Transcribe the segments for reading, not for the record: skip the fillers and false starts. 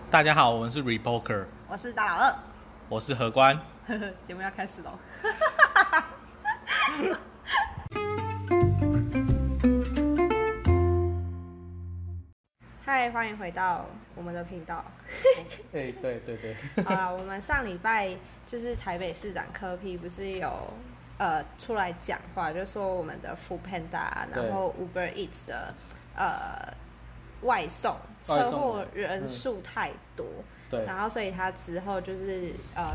大家好，我们是 Repoker， 我是大老二， 我是何官。 节目要开始喽！嗨，欢迎回到我们的频道。 对。 好啦，我们上礼拜就是台北市长柯 P 不是有出来讲话，就说我们的 Foodpanda，然后 Uber Eats 的外送车祸人数太多， 对， 然后所以他之后就是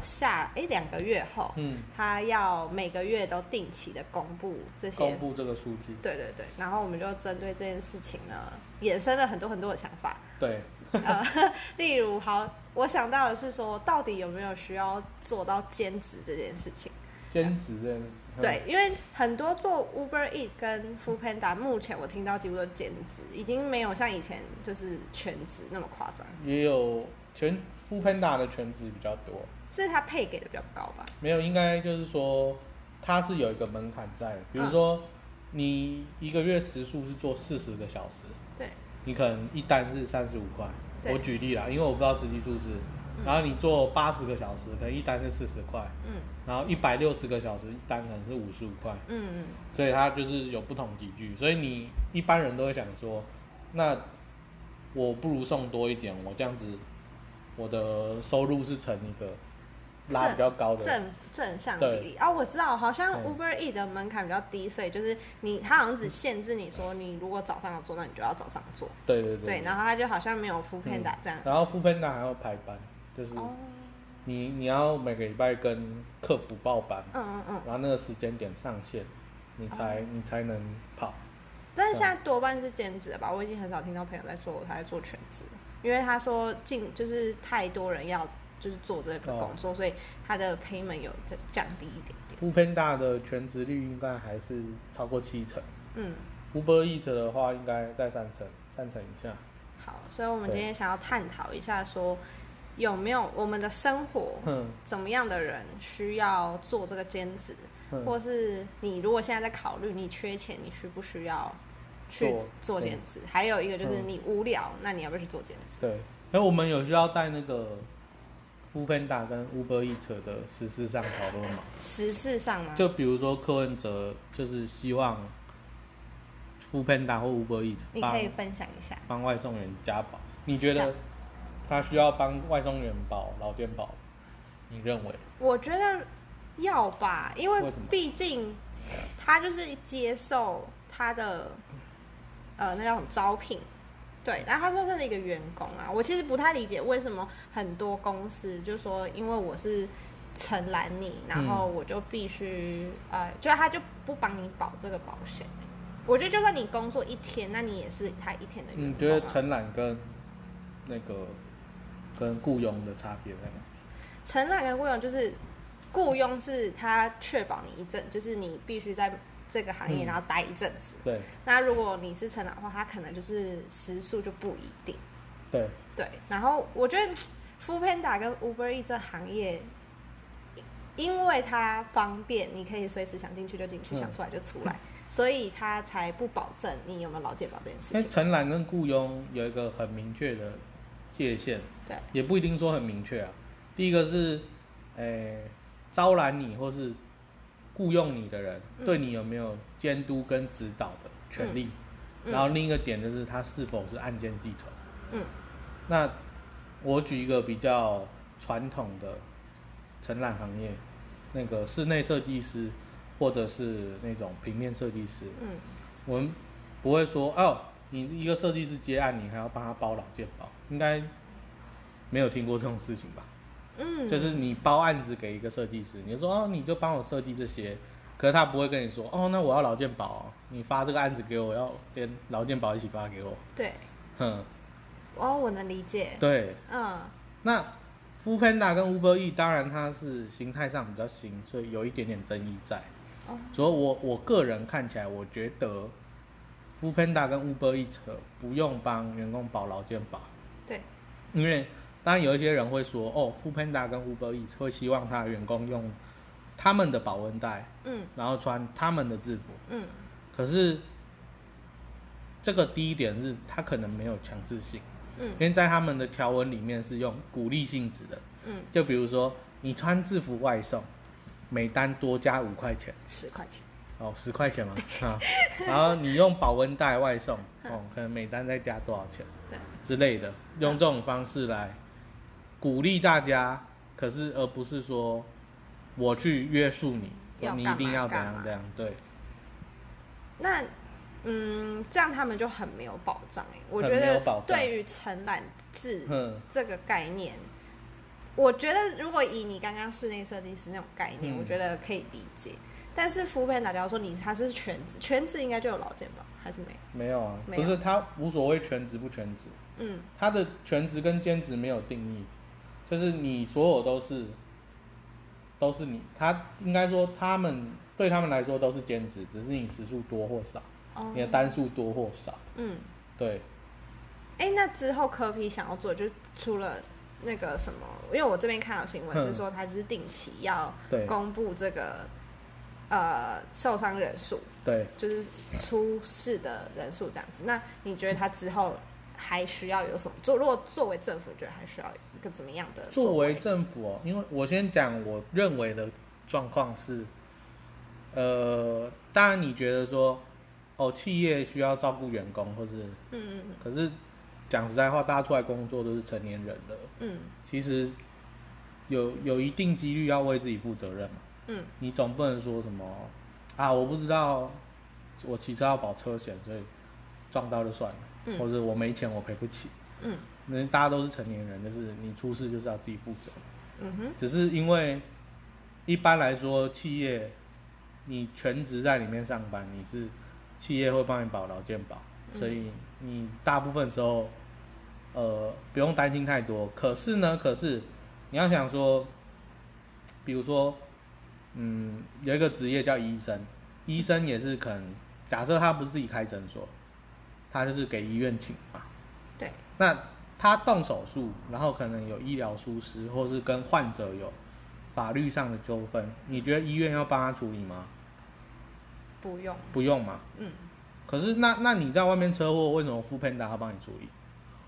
2个月后，他要每个月都定期的公布这个数据， 对，然后我们就针对这件事情呢，衍生了很多的想法， 对， 例如我想到的是说，到底有没有需要做到兼职这件事情？ 兼职这件事。 对，因为很多做 Uber Eats 跟 Foodpanda， 目前我听到几乎都兼职，已经没有像以前就是全职那么夸张。 也有Foodpanda 的全职比较多， 是他配给的比较高吧？ 没有，应该就是说它是有一个门槛在，比如说你一个月时数是做40个小时， 对， 你可能一单是35块，我举例啦，因为我不知道实际数字。然后你做80个小时，可能一单是40块，然后160个小时一单可能是55块，所以它就是有不同级距，所以你一般人都会想说，那我不如送多一点，我这样子我的收入是成一个拉比较高的正向比例啊，我知道，好像 Uber Eats 的门槛比较低，所以就是他好像只限制你说，你如果早上要做，那你就要早上做，对，然后他就好像没有 Foodpanda 这样， 然后 Foodpanda 还要排班。就是你要每个礼拜跟客服报班，然后那个时间点上线，你才能跑。 但是现在多半是兼职了吧？我已经很少听到朋友在说他在做全职，因为他说就是太多人要就是做这个工作，所以他的 payment 有降低一点点。 Foodpanda 的全职率应该还是超过70%，Uber Eats 的话应该在3成以下。 好，所以我们今天想要探讨一下说，有没有我们的生活，怎么样的人需要做这个兼职，或是你如果现在在考虑你缺钱，你需不需要去做兼职？还有一个就是你无聊，那你要不要去做兼职？ 对，那我们有需要在那个 Foodpanda 跟 Uber Eats 的时事上讨论吗？ 时事上吗？ 就比如说柯文哲就是希望 Foodpanda 或 Uber Eats， 你可以分享一下， 帮外送员加保，你觉得他需要帮外送员保劳健保？你认为？我觉得要吧，因为毕竟他就是接受他的那叫什么招聘，对，然后他说他是一个员工啊。我其实不太理解为什么很多公司就说，因为我是承揽你，然后我就必须就他就不帮你保这个保险。我觉得就算你工作1天，那你也是他1天的员工。 你觉得承揽跟那个跟雇佣的差别在哪？ 承揽跟雇佣就是雇佣是他确保你就是你必须在这个行业然后待一阵子。 对。 那如果你是承揽的话，他可能就是时数就不一定。 对。 然后我觉得 Foodpanda 跟 Uber Eats 这行业，因为它方便，你可以随时想进去就进去，想出来就出来。所以他才不保证你有没有劳健保这件事情。 因为承揽跟雇佣有一个很明确的界限， 对， 也不一定说很明确啊。第一个是，招揽你或是雇佣你的人，对你有没有监督跟指导的权利？然后另一个点就是他是否是按件计酬。那我举一个比较传统的承揽行业，那个室内设计师。或者是那种平面设计师，我们不会说你一个设计师接案，你还要帮他包劳健保，应该没有听过这种事情吧？就是你包案子给一个设计师，你就说你就帮我设计这些，可是他不会跟你说那我要劳健保你发这个案子给我，要连劳健保一起发给我。 对，我能理解。 对，那 Foodpanda 跟 Uber Eats 当然它是形态上比较新，所以有一点点争议在。所以我个人看起来，我觉得 Foodpanda 跟 Uber Eats 不用帮员工保劳健保。 对， 因为当然有一些人会说Foodpanda 跟 Uber Eats 会希望他的员工用他们的保温袋，然后穿他们的制服，可是这个第一点是他可能没有强制性， 因为在他们的条文里面是用鼓励性质的，就比如说你穿制服外送，每单多加5块钱 ，10块钱， 哦，10块钱嘛，啊，然后你用保温袋外送，哦，可能每单再加多少钱， 对， 之类的，用这种方式来鼓励大家，可是而不是说我去约束你，你一定要怎样怎样，对。 那这样他们就很没有保障我觉得对于承揽制这个概念，我觉得如果以你刚刚室内设计师那种概念，我觉得可以理解。但是foodpanda假如说他是全职，全职应该就有劳健保还是没有啊？不是，他无所谓全职不全职，他的全职跟兼职没有定义，就是你所有都是你，他应该说对他们来说都是兼职，只是你时数多或少，你的单数多或少，对。 那之后柯 P 想要做，就除了那个什么，因为我这边看到新闻是说他就是定期要公布这个受伤人数， 对， 就是出事的人数这样子。那你觉得他之后还需要有什么做？如果作为政府，觉得还需要一个怎么样的作为政府因为我先讲我认为的状况是，当然你觉得说企业需要照顾员工，或是可是讲实在话，大家出来工作都是成年人了，其实有一定几率要为自己负责任嘛，你总不能说什么我不知道我骑车要保车险，所以撞到就算了，或者我没钱我赔不起，那大家都是成年人，就是你出事就是要自己负责，只是因为一般来说企业你全职在里面上班，你是企业会帮你保劳健保，所以你大部分时候不用担心太多。可是你要想说，比如说有一个职业叫医生，医生也是可能假设他不是自己开诊所，他就是给医院请嘛， 对， 那他动手术，然后可能有医疗疏失，或是跟患者有法律上的纠纷，你觉得医院要帮他处理吗？不用嘛，可是那你在外面车祸，为什么foodpanda要帮你处理？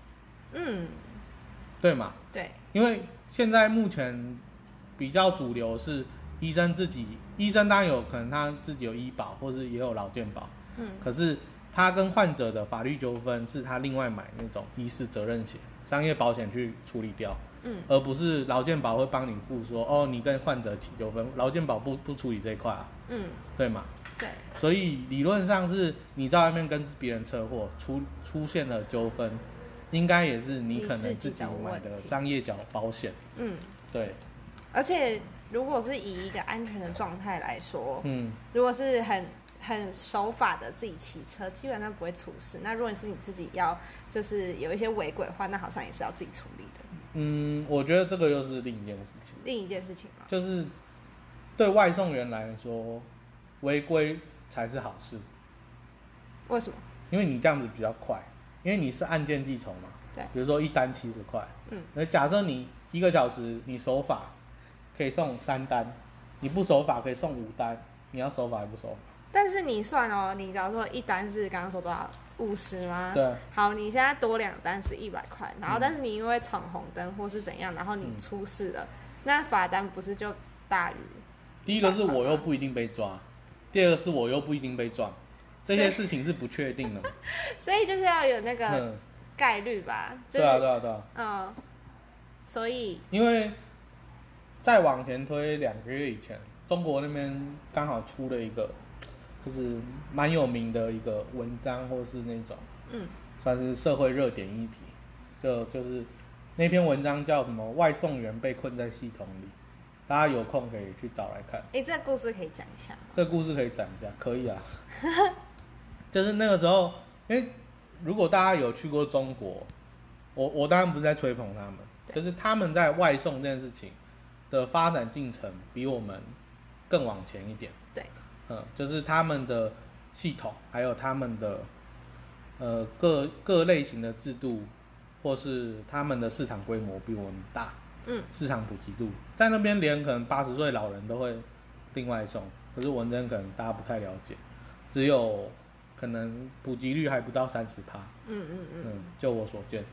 对嘛？ 对， 因为现在目前比较主流是医生当然有可能他自己有医保，或是也有劳健保，可是他跟患者的法律纠纷是他另外买那种医事责任险、商业保险去处理掉，而不是劳健保会帮你付说你跟患者起纠纷，劳健保不处理这一块对吗？ 对， 所以理论上是你在外面跟别人车祸出现了纠纷，应该也是你可能自己买的商业保险，对。 而且如果是以一个安全的状态来说，如果是很守法的自己骑车，基本上不会出事。那如果是你自己要就是有一些违规的话，那好像也是要自己处理的。 我觉得这个又是另一件事情。 另一件事情吗？ 就是对外送员来说，违规才是好事。 为什么？ 因为你这样子比较快，因为你是按件计酬嘛。 对。 比如说一单70块，那假设你1个小时你守法可以送3单，你不守法可以送5单，你要守法还不守法？ 但是你算你假如说一单是刚刚说多少50吗？ 对。 好，你现在多2单是100块，然后但是你因为闯红灯或是怎样，然后你出事了，那罚单不是就大于？ 第一个是我又不一定被抓，第二个是我又不一定被撞，这些事情是不确定的。 所以就是要有那个概率吧。就是、 对啊。 所以因为再往前推2个月以前，中国那边刚好出了一个就是蛮有名的一个文章，或是那种算是社会热点议题，就是那篇文章叫什么外送员被困在系统里，大家有空可以去找来看。 这个故事可以讲一下吗？ 这个故事可以讲一下，可以啊。就是那个时候，因为如果大家有去过中国，我当然不是在吹捧他们，就是他们在外送这件事情的发展进程比我们更往前一点。 对。 就是他们的系统，还有他们的各类型的制度，或是他们的市场规模比我们大。市场普及度在那边，连可能80岁老人都会订外送，可是文珍可能大家不太了解，只有可能普及率还不到30%。就我所见，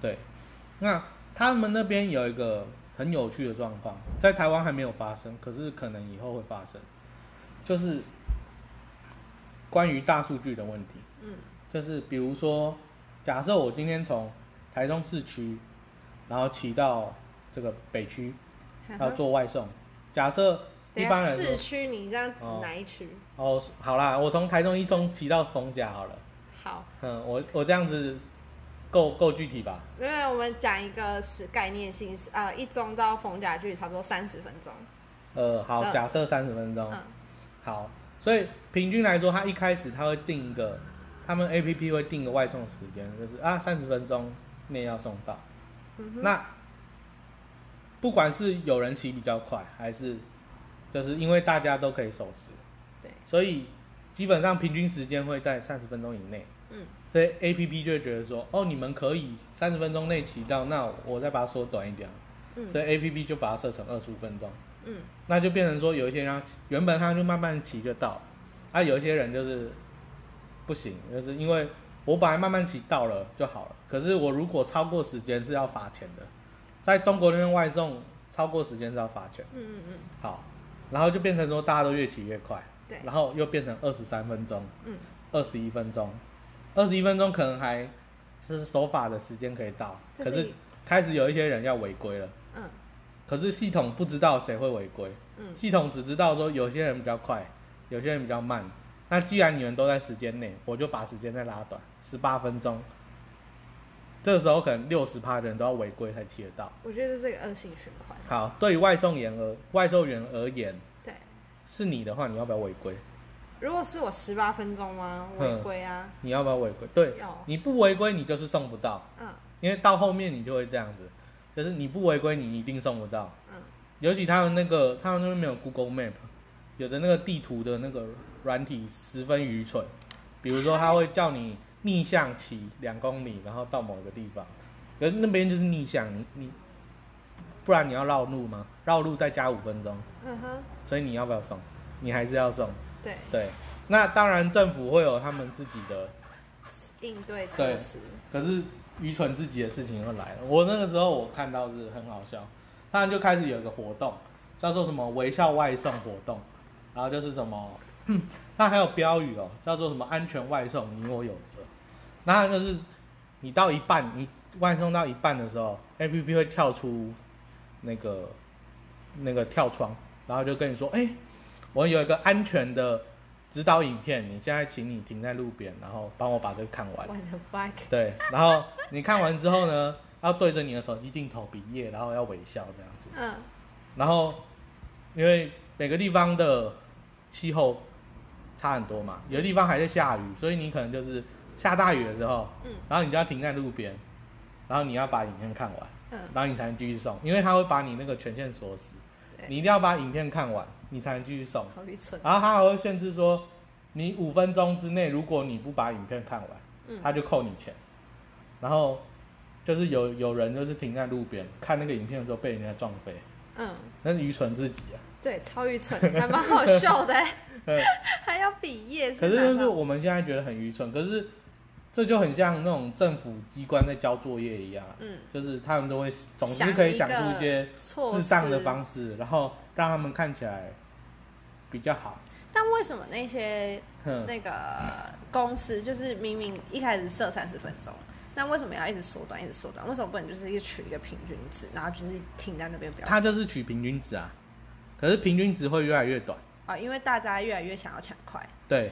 对，那他们那边有一个很有趣的状况，在台湾还没有发生，可是可能以后会发生，就是关于大数据的问题。就是比如说，假设我今天从台中市区，然后骑到这个北区，要做外送。假设一般人市区，你这样指哪一区？ 好啦，我从台中一中骑到逢甲好了。 好。 我这样子够具体吧？ 因为我们讲一个概念性，一中到逢甲距离差不多30分钟。 好，假设30分钟。好，所以平均来说，他一开始他会定一个，他们 APP 会定个外送时间，就是30分钟内要送到。那不管是有人骑比较快，还是就是因为大家都可以守时， 对， 所以基本上平均时间会在30分钟以内。所以 APP 就会觉得说，你们可以30分钟内骑到，那我再把它缩短一点。所以 APP 就把它设成25分钟。那就变成说，有一些人原本他就慢慢骑就到了，有一些人就是不行，就是因为我本来慢慢骑到了就好了，可是我如果超过时间是要罚钱的，在中国那边外送超过时间是要罚钱。好，然后就变成说大家都越骑越快， 对， 然后又变成23分钟，21分钟，21分钟可能还就是守法的时间可以到，可是开始有一些人要违规了。可是系统不知道谁会违规，系统只知道说有些人比较快，有些人比较慢。那既然你们都在时间内，我就把时间再拉短，18分钟。这个时候可能60%的人都要违规才骑得到。 我觉得这是一个恶性循环。 好，对于外送员而言， 对， 是你的话，你要不要违规？ 如果是我18分钟吗？违规啊！ 你要不要违规？对，你不违规，你就是送不到。因为到后面你就会这样子。就是你不违规，你一定送不到。尤其他们那边没有 Google Map， 有的那个地图的那个软体十分愚蠢。比如说，他会叫你逆向骑2公里，然后到某一个地方，可是那边就是逆向，你不然你要绕路吗？绕路再加5分钟。所以你要不要送？你还是要送。对。那当然，政府会有他们自己的应对措施。 可是。愚蠢自己的事情又来了。我那个时候我看到是很好笑，他们就开始有一个活动，叫做什么微笑外送活动，然后就是什么，它还有标语叫做什么安全外送，你我有责。那就是你到一半，你外送到一半的时候 ，APP 会跳出那个跳窗，然后就跟你说，我有一个安全的指导影片，你现在请你停在路边，然后帮我把这个看完。 What the fuck？ 对，然后你看完之后呢，要对着你的手机镜头比耶，然后要微笑这样子。然后因为每个地方的气候差很多嘛，有的地方还在下雨，所以你可能就是下大雨的时候，然后你就要停在路边，然后你要把影片看完，然后你才能继续送，因为他会把你那个权限锁死。你一定要把影片看完，你才能继续送。 好愚蠢。 然后他还会限制说，你5分钟之内，如果你不把影片看完，他就扣你钱。然后就是有人就是停在路边看那个影片的时候被人家撞飞，那是愚蠢至极啊。 对，超愚蠢，还蛮好笑的。还要比耶。 可是就是我们现在觉得很愚蠢，可是这就很像那种政府机关在交作业一样，就是他们都会总是可以想出一些智障的方式，然后让他们看起来比较好。 但为什么那些那个公司就是明明一开始设30分钟，那为什么要一直缩短，一直缩短？为什么不能就是取一个平均值，然后就是停在那边不要？ 他就是取平均值啊，可是平均值会越来越短因为大家越来越想要抢快。 对。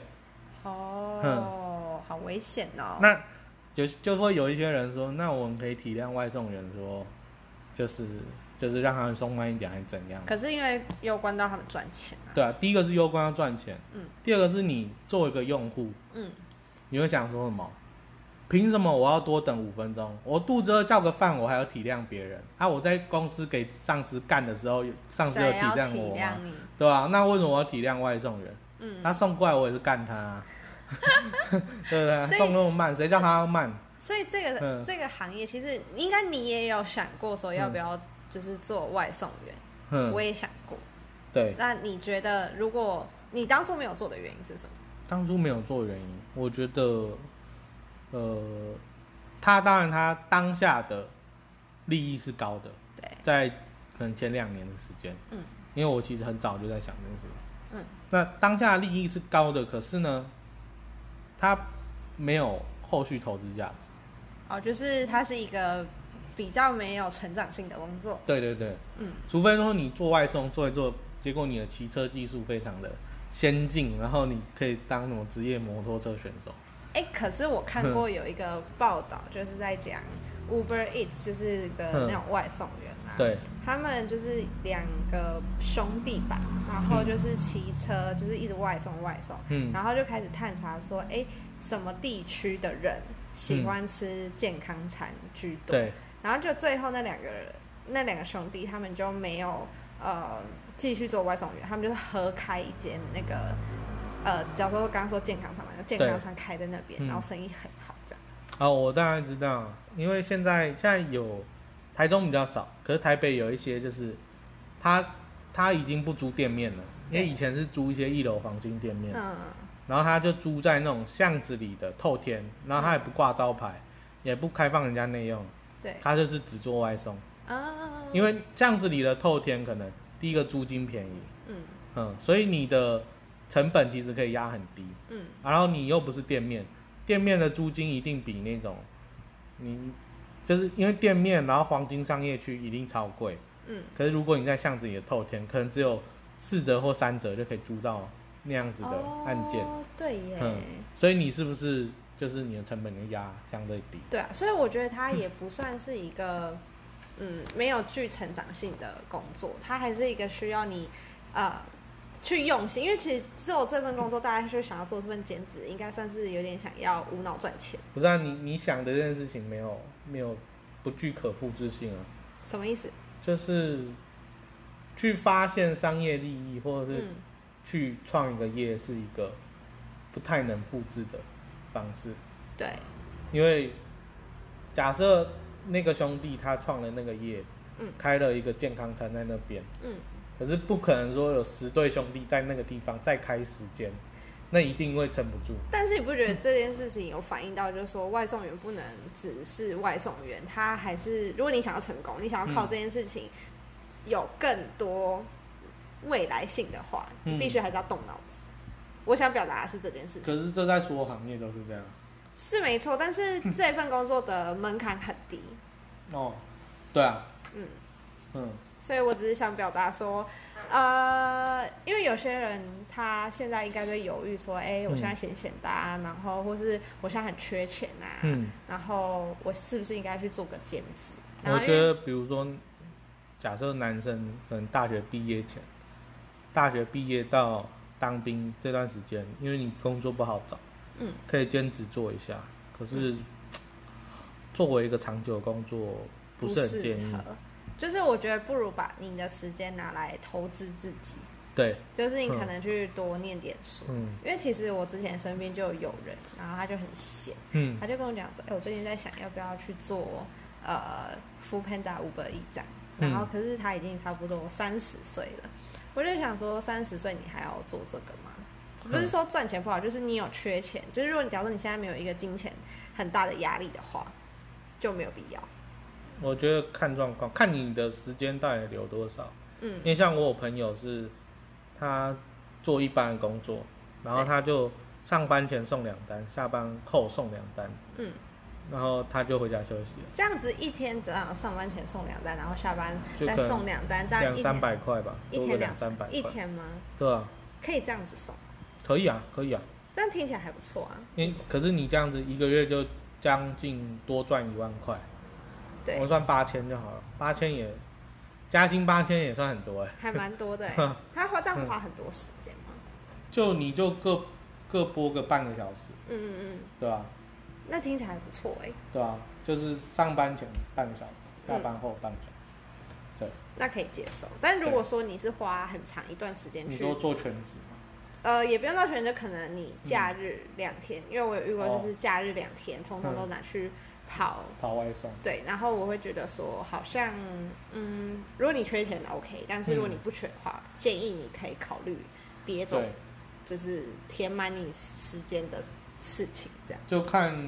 好危险哦。 那就说有一些人说，那我们可以体谅外送员说，就是让他们送慢一点还是怎样？ 可是因为攸关到他们赚钱啊。 对啊，第一个是攸关要赚钱，第二个是你作为一个用户，你会想说什么？凭什么我要多等5分钟？我肚子饿叫个饭，我还要体谅别人啊！我在公司给上司干的时候，上司有体谅我吗？对吧？那为什么我要体谅外送员？他送过来我也是干他对不对？送那么慢，谁叫他要慢？ 所以这个行业其实应该你也有想过说要不要就是做外送员。我也想过。 对。 那你觉得如果你当初没有做的原因是什么？ 当初没有做的原因，我觉得他当然他当下的利益是高的， 对， 在可能前2年的时间，因为我其实很早就在想这件事，那当下的利益是高的，可是呢，他没有后续投资价值。 哦，就是它是一个比较没有成长性的工作。 对对对，除非说你做外送做一做，结果你的骑车技术非常的先进，然后你可以当什么职业摩托车选手。 可是我看过有一个报道，就是在讲 Uber Eats 就是的那种外送员啊， 对， 他们就是2个兄弟吧，然后就是骑车，就是一直外送，然后就开始探查说，什么地区的人喜欢吃健康餐居多， 对， 然后就最后那两个兄弟他们就没有继续做外送员，他们就是合开一间那个假如说刚刚说健康餐嘛，健康餐开在那边，然后生意很好这样。 我当然知道，因为现在有台中比较少，可是台北有一些就是他已经不租店面了，因为以前是租一些1楼黄金店面，然后他就租在那种巷子里的透天，然后他也不挂招牌，也不开放人家内用， 对， 他就是只做外送，因为巷子里的透天可能第一个租金便宜，所以你的成本其实可以压很低，然后你又不是店面，店面的租金一定比那种你就是因为店面，然后黄金商业区一定超贵，可是如果你在巷子里的透天，可能只有4折或3折就可以租到那样子的案件， 对耶， 所以你是不是就是你的成本就压相对低？ 对啊，所以我觉得它也不算是一个没有具成长性的工作，它还是一个需要你去用心，因为其实做这份工作，大家就想要做这份兼职，应该算是有点想要无脑赚钱。 不是啊，你想的这件事情没有不具可复制性啊？ 什么意思？ 就是去发现商业利益，或者是去创一个业，是一个不太能复制的方式。 对， 因为假设那个兄弟他创了那个业，开了一个健康餐在那边，可是不可能说有10对兄弟在那个地方再开10间，那一定会撑不住。 但是你不觉得这件事情有反映到，就是说外送员不能只是外送员，他还是如果你想要成功，你想要靠这件事情有更多未来性的话，你必须还是要动脑子。我想表达的是这件事情。 可是这在所有行业都是这样。 是没错，但是这份工作的门槛很低。 对啊。 所以我只是想表达说，因为有些人他现在应该在犹豫说，我现在闲闲的啊，然后或是我现在很缺钱啊，然后我是不是应该去做个兼职？ 我觉得，比如说，假设男生可能大学毕业前，大学毕业到当兵这段时间，因为你工作不好找，可以兼职做一下。可是，作为一个长久工作，不是很建议。 就是我觉得不如把你的时间拿来投资自己。 对， 就是你可能去多念点书。因为其实我之前身边就有人，然后他就很闲，他就跟我讲说，我最近在想要不要去做Foodpanda Uber Eats这样，然后可是他已经差不多30岁了，我就想说30岁你还要做这个吗？不是说赚钱不好，就是你有缺钱，就是如果假如你现在没有一个金钱很大的压力的话，就没有必要。 我觉得看状况，看你的时间到底留多少。因为像我有朋友是，他做一般的工作，然后他就上班前送2单，下班后送2单，然后他就回家休息了。 这样子一天只要上班前送2单，然后下班再送2单，这样 200-300块吧， 一天 200-300块。 一天吗？ 对啊， 可以这样子送。 可以啊，可以啊。 这样听起来还不错啊。 可是你这样子1个月就将近多赚1万块。 对， 我算8000就好了，8000也加薪8000也算很多还蛮多的他这样花很多时间吗？ 你就各播个半个小时，对吧？ 那听起来还不错对啊，就是上班前半个小时，下班后半个小时，对， 那可以接受。但如果说你是花很长一段时间去， 你说做全职吗？ 也不用到全职，可能你假日2天，因为我有遇过，就是假日2天，通通都拿去跑外送。对， 然后我会觉得说，好像如果你缺钱 OK， 但是如果你不缺的话，建议你可以考虑别种，就是填满你时间的事情，这样。 就看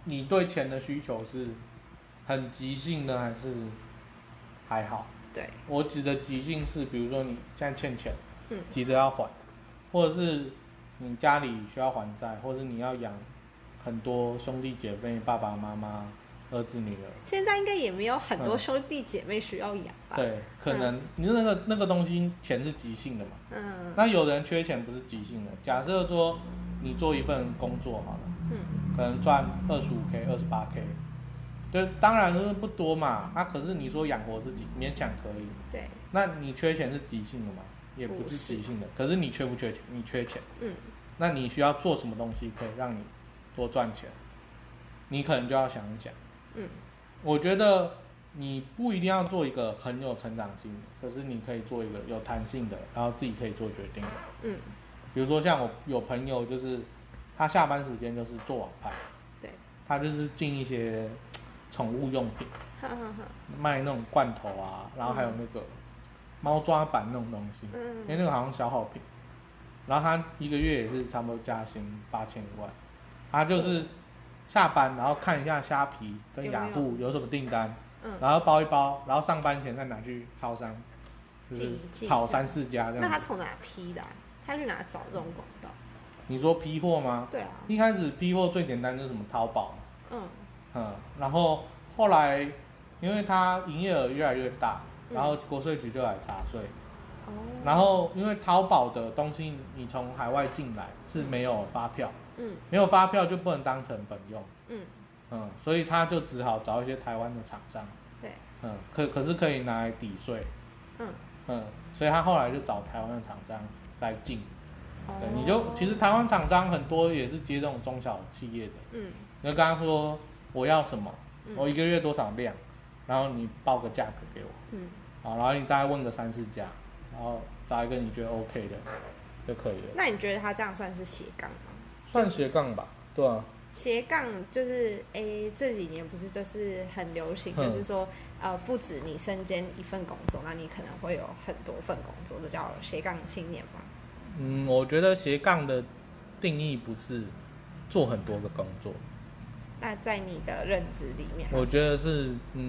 你对钱的需求是很急性的还是还好？ 对， 我指的急性是，比如说你现在欠钱， 嗯， 急着要还，或者是你家里需要还债，或者是你要养很多兄弟姐妹、爸爸妈妈、儿子女儿。 现在应该也没有很多兄弟姐妹需要养吧？ 对，可能你那个东西钱是急性的嘛。 嗯。 那有人缺钱不是急性的，假设说你做一份工作好了，可能赚25K、28K，对，当然是不多嘛。可是你说养活自己勉强可以。 对。 那你缺钱是急性的吗？也不是急性的。可是你缺不缺钱？你缺钱。那你需要做什么东西可以让你多赚钱？你可能就要想一想。我觉得你不一定要做一个很有成长性的，可是你可以做一个有弹性的，然后自己可以做决定的。比如说像我有朋友，就是他下班时间就是做网拍， 对， 他就是进一些宠物用品，卖那种罐头啊，然后还有那个猫抓板那种东西，因为那个好像消耗品。然后他一个月也是差不多加薪8000-1万，他就是下班然后看一下虾皮跟雅虎有什么订单，然后包一包，然后上班前再拿去超商，就是跑3-4家这样。 那他从哪批的？他去哪找这种广告？ 你说批货吗？ 对啊。一开始批货最简单就是什么淘宝，然后后来因为他营业额越来越大，然后国税局就来查税。然后因为淘宝的东西你从海外进来是没有发票，没有发票就不能当成本用，所以他就只好找一些台湾的厂商，对，可是可以拿来抵税，所以他后来就找台湾的厂商来进，对，你就其实台湾厂商很多也是接这种中小企业的，你就跟他说我要什么，我一个月多少量，然后你报个价格给我，好，然后你大概问个3-4家。然后找一个你觉得 OK 的就可以了。那你觉得他这样算是斜杠吗？ 算斜杠吧，对啊。 斜杠就是这几年不是就是很流行，就是说不止你身兼一份工作，那你可能会有很多份工作，这叫斜杠青年吗？ 我觉得斜杠的定义不是做很多个工作。 那在你的认知里面， 我觉得是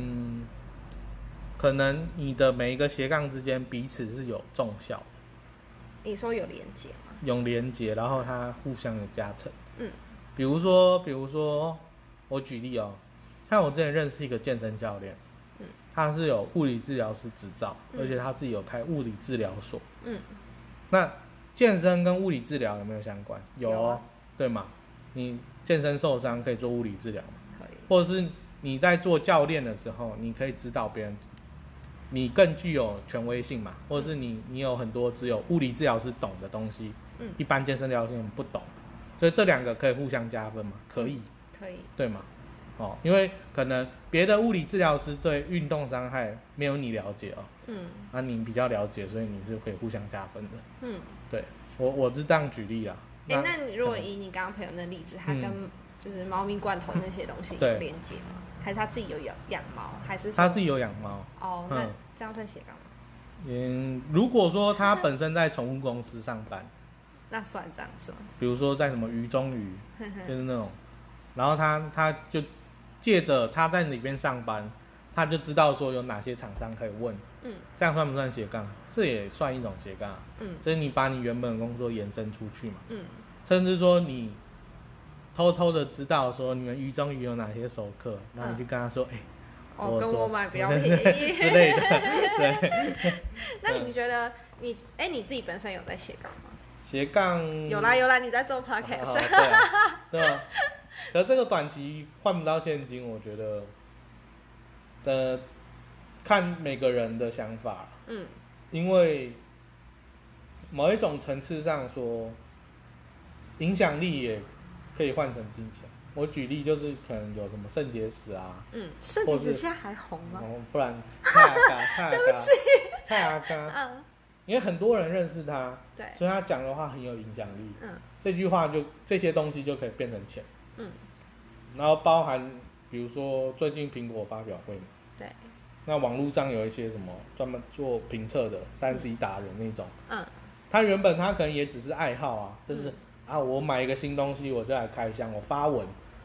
可能你的每一个斜杠之间彼此是有重效的。 你说有连结吗？ 有连结，然后它互相有加成。比如说，我举例哦，像我之前认识一个健身教练，他是有物理治疗师执照，而且他自己有开物理治疗所。那健身跟物理治疗有没有相关？有哦，对吗？你健身受伤可以做物理治疗吗？ 可以。 或者是你在做教练的时候，你可以指导别人。你更具有权威性嘛，或者是你有很多只有物理治疗师懂的东西，一般健身疗师不懂，所以这两个可以互相加分嘛？可以，对吗？因为可能别的物理治疗师对运动伤害没有你了解哦，你比较了解，所以你是可以互相加分的，对，我是这样举例啦。 那你如果以你刚刚朋友那例子，他跟就是猫咪罐头那些东西有连接吗？还是他自己有养猫，还是他自己有养猫？ 那这样算斜杠吗？ 如果说他本身在宠物公司上班， 那算这样是吗？ 比如说在什么鱼中鱼，就是那种，然后他就借着他在里边上班，他就知道说有哪些厂商可以问，这样算不算斜杠？这也算一种斜杠，所以你把你原本的工作延伸出去嘛，甚至说你偷偷的知道说你们鱼中鱼有哪些熟客，然后你就跟他说， 跟我买比较便宜之类的，对。 那你觉得你自己本身有在斜杠吗？ 斜杠有啦，你在做 podcast， 对啊。可是这个短期换不到现金，我觉得看每个人的想法，因为某一种层次上说，影响力也可以换成金钱。我举例就是可能有什么肾结石啊， 肾结石现在还红吗？ 不然蔡阿嘎，因为很多人认识他， 对， 所以他讲的话很有影响力，这句话就这些东西就可以变成钱，然后包含比如说最近苹果发表会嘛， 对， 那网络上有一些什么专门做评测的3C 达人那种，他原本他可能也只是爱好啊，就是我买一个新东西我就来开箱，我发文，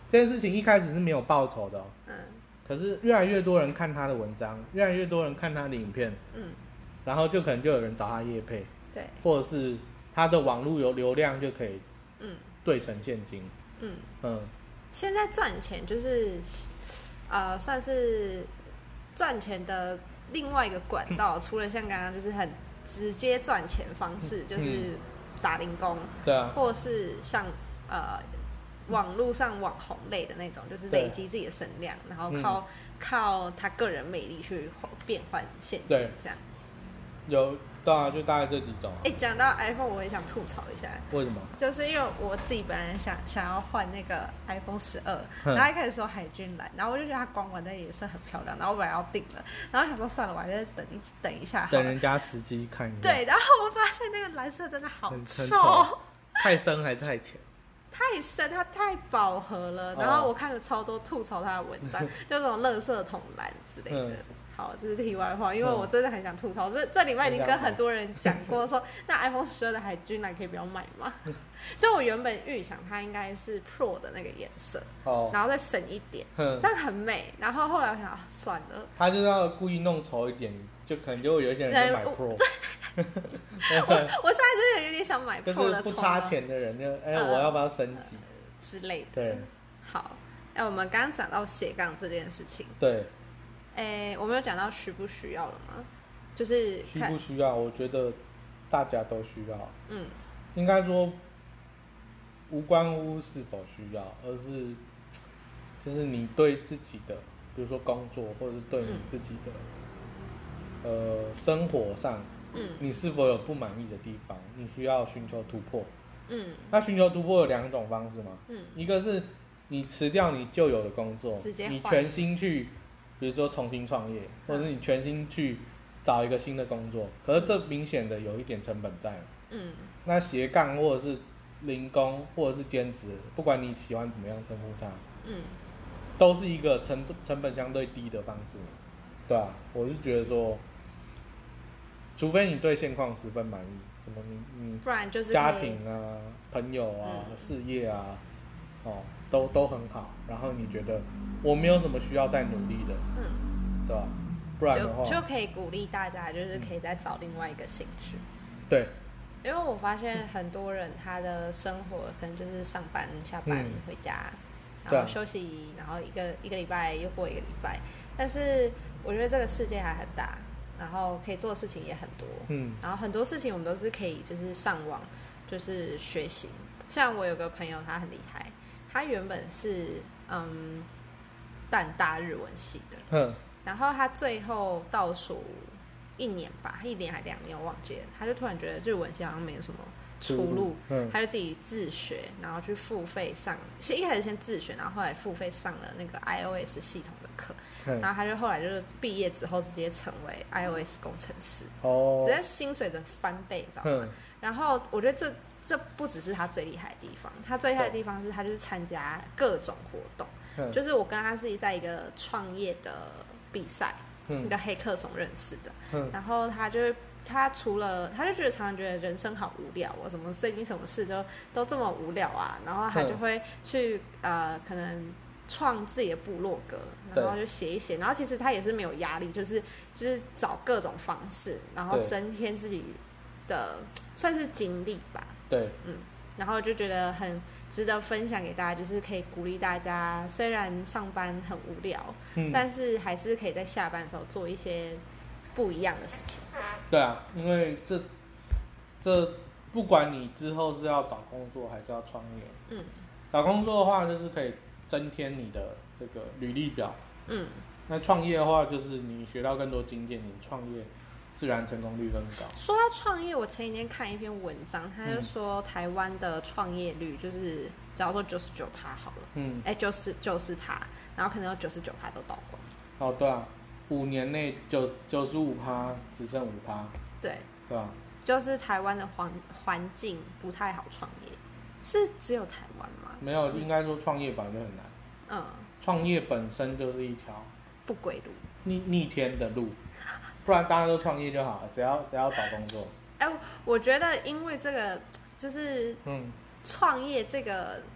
这件事情一开始是没有报酬的哦。可是越来越多人看他的文章，越来越多人看他的影片，然后就可能就有人找他业配， 对， 或者是他的网络有流量就可以，兑成现金， 现在赚钱就是，算是赚钱的另外一个管道，除了像刚刚就是很直接赚钱方式，就是打零工， 对啊， 或是像网络上网红类的那种，就是累积自己的声量，然后靠他个人魅力去变换现金，这样。 有，对啊，就大概这几种。 讲到 iPhone， 我也想吐槽一下。 为什么？ 就是因为我自己本来想要换那个 iPhone 12，然后一开始说海军蓝，然后我就觉得它光环的颜色很漂亮，然后我本来要订了，然后想说算了，我还是等一下好了， 等人家时机看一下。 对，然后我发现那个蓝色真的好丑，太深还是太浅？ 太深，它太饱和了。然后我看了超多吐槽它的文章，就这种垃圾桶蓝之类的。好，这是题外话，因为我真的很想吐槽。这礼拜已经跟很多人讲过说，那 iPhone 12的海军蓝可以不要买吗？就我原本预想它应该是 Pro 的那个颜色，然后再深一点，这样很美。然后后来我想，算了， 他就是要故意弄丑一点，就可能就会有一些人就买 Pro。 我现在就是有点想买 Pro 的， 就是不差钱的人就我要不要升级之类的。 对， 好，我们刚刚讲到斜杠这件事情， 对。 我们有讲到需不需要了吗？就是需不需要？我觉得大家都需要。应该说无关乎是否需要，而是就是你对自己的，比如说工作，或者是对你自己的生活上，你是否有不满意的地方？你需要寻求突破。那寻求突破有2种方式嘛。一个是你辞掉你旧有的工作，你全心去。比如说重新创业，或者是你全心去找一个新的工作，可是这明显的有一点成本在。那斜杠或者是零工或者是兼职，不管你喜欢怎么样称呼它，都是一个成本相对低的方式，对啊，我是觉得说，除非你对现况十分满意，什么你不然就是家庭啊、朋友啊、事业啊，都很好，然后你觉得我没有什么需要再努力的，对吧？不然的话就可以鼓励大家，就是可以再找另外一个兴趣。 对， 因为我发现很多人他的生活可能就是上班、下班、回家，然后休息，然后一个礼拜又过一个礼拜。但是我觉得这个世界还很大，然后可以做的事情也很多，然后很多事情我们都是可以就是上网就是学习。像我有个朋友，他很厉害。他原本是淡大日文系的，然后他最后倒数1年吧，1年还2年我忘记了，他就突然觉得日文系好像没有什么出路，他就自己自学，然后去付费上，一开始先自学，然后后来付费上了那个 iOS 系统的课，然后他就后来就是毕业之后直接成为 iOS 工程师，直接薪水整翻倍，你知道吗？然后我觉得这不只是他最厉害的地方，他最厉害的地方是他就是参加各种活动，就是我跟他是在一个创业的比赛，一个黑客松认识的，然后他除了他就常常觉得人生好无聊，什么最近什么事都这么无聊啊，然后他就会去可能创自己的部落格，然后就写一写，然后其实他也是没有压力，就是找各种方式，然后增添自己的算是经历吧。 对， 然后就觉得很值得分享给大家，就是可以鼓励大家，虽然上班很无聊，但是还是可以在下班的时候做一些不一样的事情。 对啊，因为这不管你之后是要找工作还是要创业，找工作的话就是可以增添你的这个履历表，那创业的话就是你学到更多经验，你创业自然成功率更高。 说到创业，我前几天看一篇文章，他就说台湾的创业率就是假如说99%好了，90%，然后可能有99%都倒光。 哦，对啊，5年内95%只剩5%。 对， 对啊， 就是台湾的环境不太好创业，是只有台湾吗？ 没有，应该说创业本来就很难。创业本身就是一条不归路， 逆天的路。不然大家都创业就好了，谁要找工作？ 我觉得因为这个就是创业这个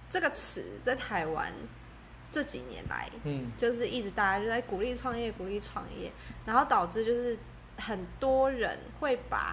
这个词在台湾这几年来，就是一直大家就在鼓励创业，鼓励创业，然后导致就是很多人会把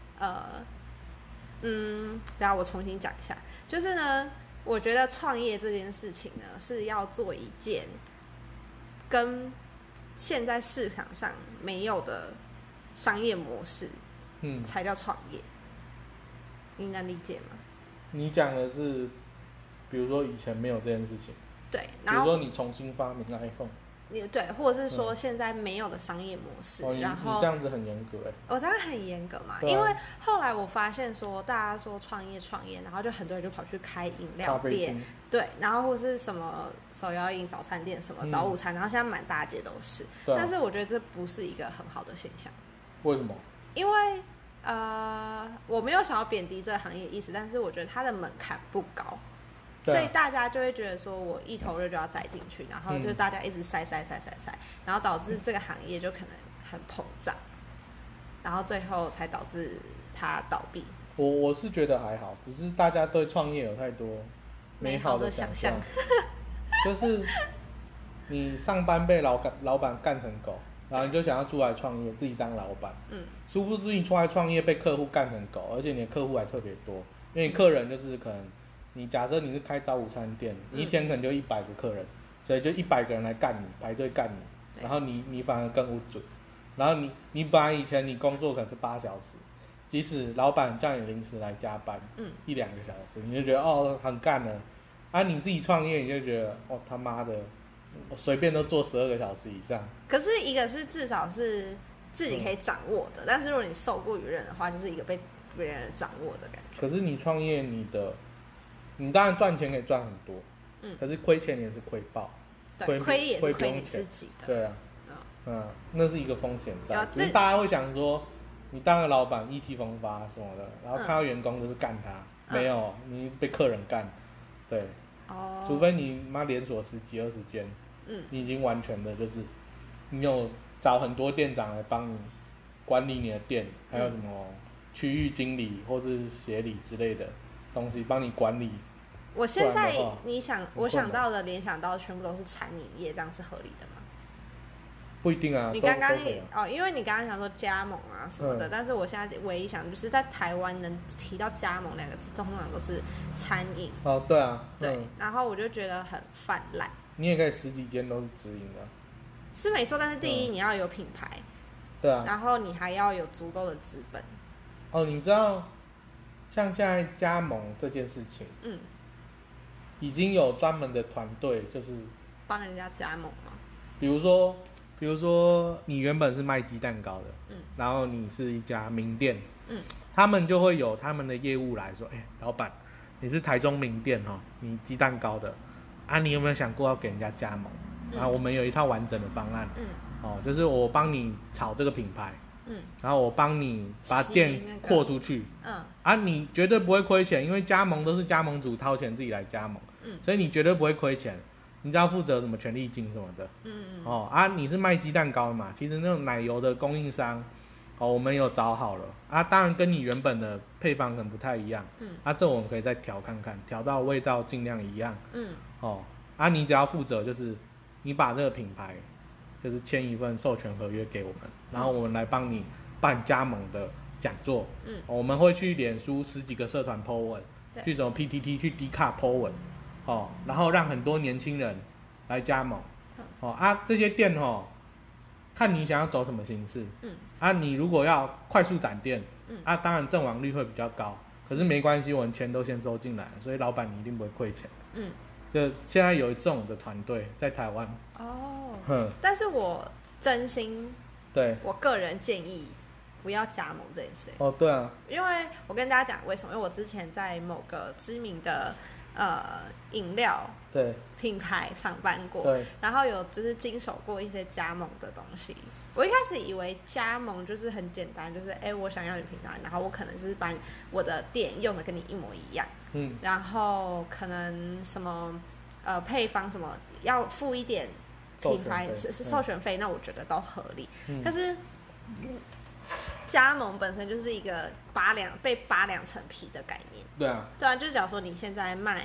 等下我重新讲一下，就是呢，我觉得创业这件事情呢是要做一件跟现在市场上没有的商业模式，才叫创业。你能理解吗？你讲的是，比如说以前没有这件事情， 对， 然后比如说你重新发明 iPhone， 对，或者是说现在没有的商业模式，然后你这样子很严格我这样很严格嘛，因为后来我发现说大家说创业，然后就很多人就跑去开饮料店，对，然后或是什么手摇饮、早餐店，什么早午餐，然后现在满大街都是，但是我觉得这不是一个很好的现象。 为什么？ 因为我没有想要贬低这个行业的意思，但是我觉得它的门槛不高，所以大家就会觉得说我一头热就要栽进去，然后就大家一直塞，然后导致这个行业就可能很膨胀，然后最后才导致它倒闭。 我是觉得还好，只是大家对创业有太多美好的想象，就是你上班被老板干成狗，然后你就想要出来创业，自己当老板。殊不知你出来创业被客户干成狗，而且你的客户还特别多，因为你客人就是可能你假设你是开早午餐店，你一天可能就100个客人，所以就100个人来干你，排队干你，然后你反而更不准。然后你本来以前你工作可能是8小时，即使老板叫你临时来加班，1-2个小时，你就觉得很干了。你自己创业你就觉得他妈的，我随便都做12个小时以上。 可是一个是至少是自己可以掌握的，但是如果你受雇于人的话，就是一个被别人掌握的感觉。 可是你创业，你当然赚钱可以赚很多，可是亏钱也是亏爆， 对，亏也是亏你自己的。 对啊，那是一个风险在，只是大家会想说，你当个老板意气风发什么的，然后看到员工就是干他，没有，你被客人干，对，除非你妈连锁10几20间，你已经完全的就是，你有找很多店长来帮你管理你的店，还有什么区域经理或是协理之类的东西帮你管理。 我现在我想到的联想到的全部都是餐饮业，这样是合理的吗？ 不一定啊。 你刚刚因为你刚刚想说加盟啊什么的，但是我现在唯一想就是在台湾能提到加盟2个字，通常都是餐饮。 对啊。 对，然后我就觉得很泛滥。 你也可以10几间都是直营的。 是没错，但是第一你要有品牌， 对啊， 然后你还要有足够的资本。 你知道，像现在加盟这件事情，已经有专门的团队，就是帮人家加盟吗？ 比如说你原本是卖鸡蛋糕的，然后你是一家名店，他们就会有他们的业务来说，老板，你是台中名店你鸡蛋糕的，你有没有想过要给人家加盟？我们有一套完整的方案，就是我帮你炒这个品牌，然后我帮你把店扩出去，你绝对不会亏钱，因为加盟都是加盟主掏钱自己来加盟，所以你绝对不会亏钱，你只要负责什么权利金什么的，你是卖鸡蛋糕的嘛，其实那种奶油的供应商，我们有找好了，当然跟你原本的配方可能不太一样，这我们可以再调看看，调到味道尽量一样，你只要负责就是你把这个品牌就是签一份授权合约给我们，然后我们来帮你办加盟的讲座，我们会去脸书10几个社团 po 文，去什么 PTT 去 Dcard po 文，然后让很多年轻人来加盟，这些店看你想要走什么形式，你如果要快速展店，当然阵亡率会比较高，可是没关系，我们钱都先收进来，所以老板你一定不会亏钱，就现在有这种的团队在台湾。 但是我真心，我个人建议不要加盟这件事。 对啊， 因为我跟大家讲为什么，因为我之前在某个知名的饮料品牌上班过，然后有就是经手过一些加盟的东西。我一开始以为加盟就是很简单，就是我想要你品牌，然后我可能就是把我的店用的跟你一模一样，然后可能什么配方什么要付一点品牌是授权费，那我觉得都合理。可是加盟本身就是一个被扒2层皮的概念。 对啊， 就是假如说你现在卖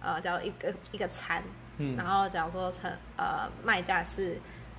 假如一个餐，然后假如说卖价是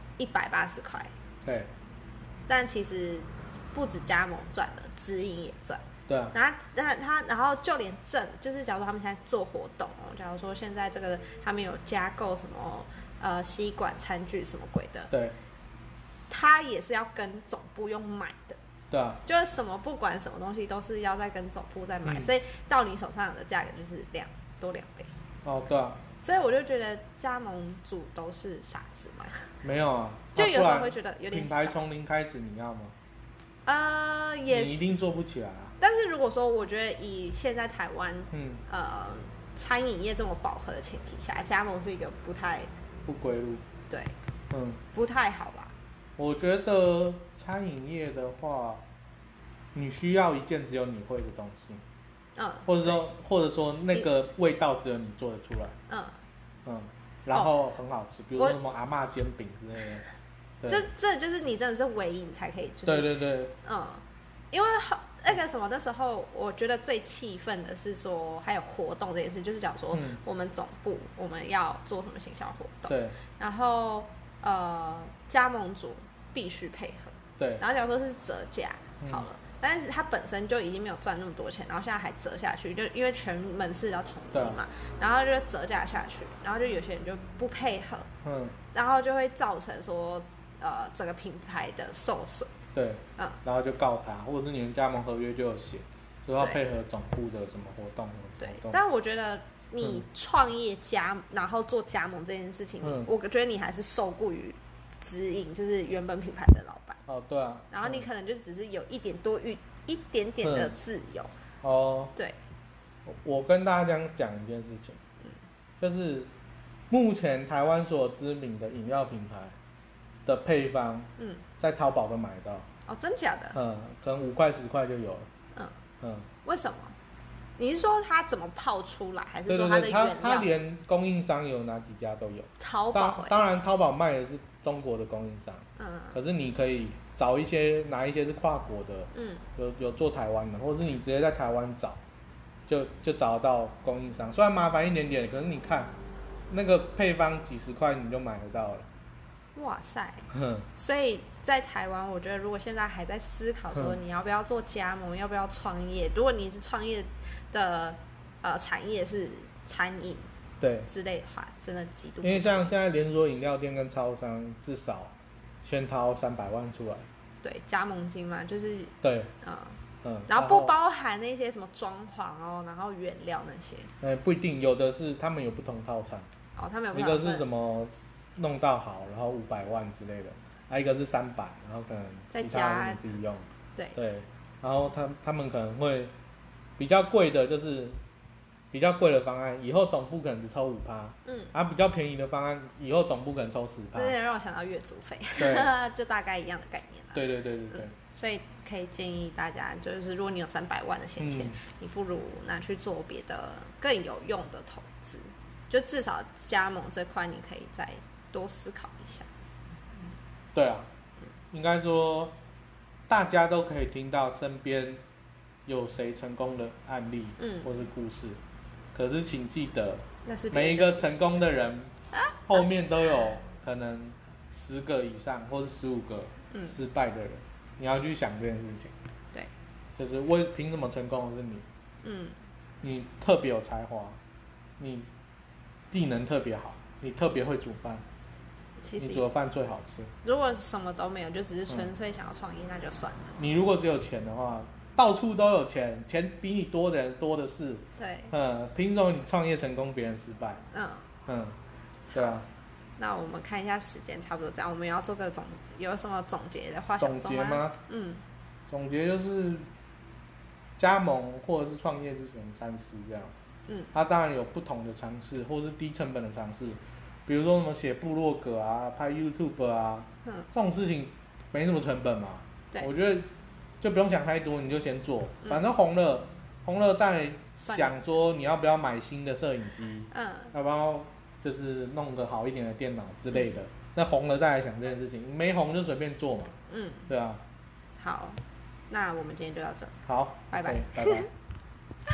180块， 对， 但其实不止加盟赚了，直营也赚。 对啊， 然后就连就是假如说他们现在做活动哦，假如说现在这个他们有加购什么吸管、餐具什么鬼的， 对， 他也是要跟总部用买的。 对啊， 就是不管什么东西都是要再跟总部再买，所以到你手上的价格就是多2倍。 哦，对啊。 所以我就觉得加盟主都是傻子嘛。 没有啊， 就有时候会觉得有点品牌从零开始，你要吗？ 也你一定做不起来啊。 但是如果说我觉得以现在台湾餐饮业这么饱和的前提下，加盟是一个不归路。 对，不太好吧？ 我觉得餐饮业的话，你需要一件只有你会的东西，或者说那个味道只有你做得出来，然后很好吃，比如说什么阿嬷煎饼之类的， 这就是你真的是唯一你才可以， 对， 因为那个什么的时候，我觉得最气愤的是说还有活动这件事，就是假如说我们总部我们要做什么行销活动， 对， 然后加盟主必须配合， 对， 然后假如说是折价好了，但是他本身就已经没有赚那么多钱，然后现在还折下去，就因为全门市要统一嘛，然后就折价下去，然后就有些人就不配合，然后就会造成说整个品牌的受损。 对，然后就告他，或者是你们加盟合约就有写，说要配合总部的什么活动。 对，但我觉得你创业然后做加盟这件事情，我觉得你还是受雇于直营，就是原本品牌的老板。 哦，对啊。 然后你可能就只是有一点点的自由。 哦。 对。 我跟大家讲一件事情，就是目前台湾所有知名的饮料品牌的配方，在淘宝都买得到。 哦，真假的？ 可能5块10块就有了。 为什么？你是说它怎么泡出来，还是说它的原料？ 它连供应商有哪几家都有。 淘宝当然淘宝卖的是中国的供应商，可是你可以找拿一些是跨国的，有做台湾的，或者是你直接在台湾找，就找得到供应商。虽然麻烦一点点，可是你看那个配方几十块你就买得到了。 哇塞！所以在台湾，我觉得如果现在还在思考说你要不要做加盟，要不要创业，如果你是创业的产业是餐饮对之类的话，真的极度。 因为像现在连锁饮料店跟超商至少先掏300万出来。 对，加盟金嘛，就是对， 然后不包含那些什么装潢哦，然后原料那些。 不一定，有的是他们有不同套餐。 他们有一个是什么弄到好，然后500万之类的，还有一个是300，然后可能其他你自己用。对，然后他们可能会比较贵的，就是比较贵的方案，以后总部可能只抽5%，比较便宜的方案，以后总部可能抽10%。 这让我想到月租费，就大概一样的概念啦。 对。 所以可以建议大家，就是如果你有300万的闲钱，你不如拿去做别的更有用的投资，就至少加盟这块你可以再多思考一下。 对啊，应该说大家都可以听到身边有谁成功的案例，或是故事。可是请记得，每一个成功的人后面都有可能10个以上，或是15个失败的人。你要去想这件事情。 对， 就是凭什么成功的是你？你特别有才华，你技能特别好，你特别会煮饭，你煮的饭最好吃。如果什么都没有，就只是纯粹想要创业，那就算了。 你如果只有钱的话，到处都有钱，钱比你多的人多的是。 对。 凭什么你创业成功，别人失败？对啊。 那我们看一下时间，差不多这样。我们要做个有什么总结的话想说吗？ 总结吗？总结就是加盟或者是创业之前3思这样子。它当然有不同的尝试，或是低成本的尝试，比如说什么写部落格啊、拍 YouTube 啊，这种事情没什么成本嘛。我觉得就不用想太多，你就先做，反正红了再想说你要不要买新的摄影机，要不要就是弄个好一点的电脑之类的。那红了再来想这件事情，没红就随便做嘛。对啊。 好，那我们今天就到这。 好， 拜拜。 拜拜。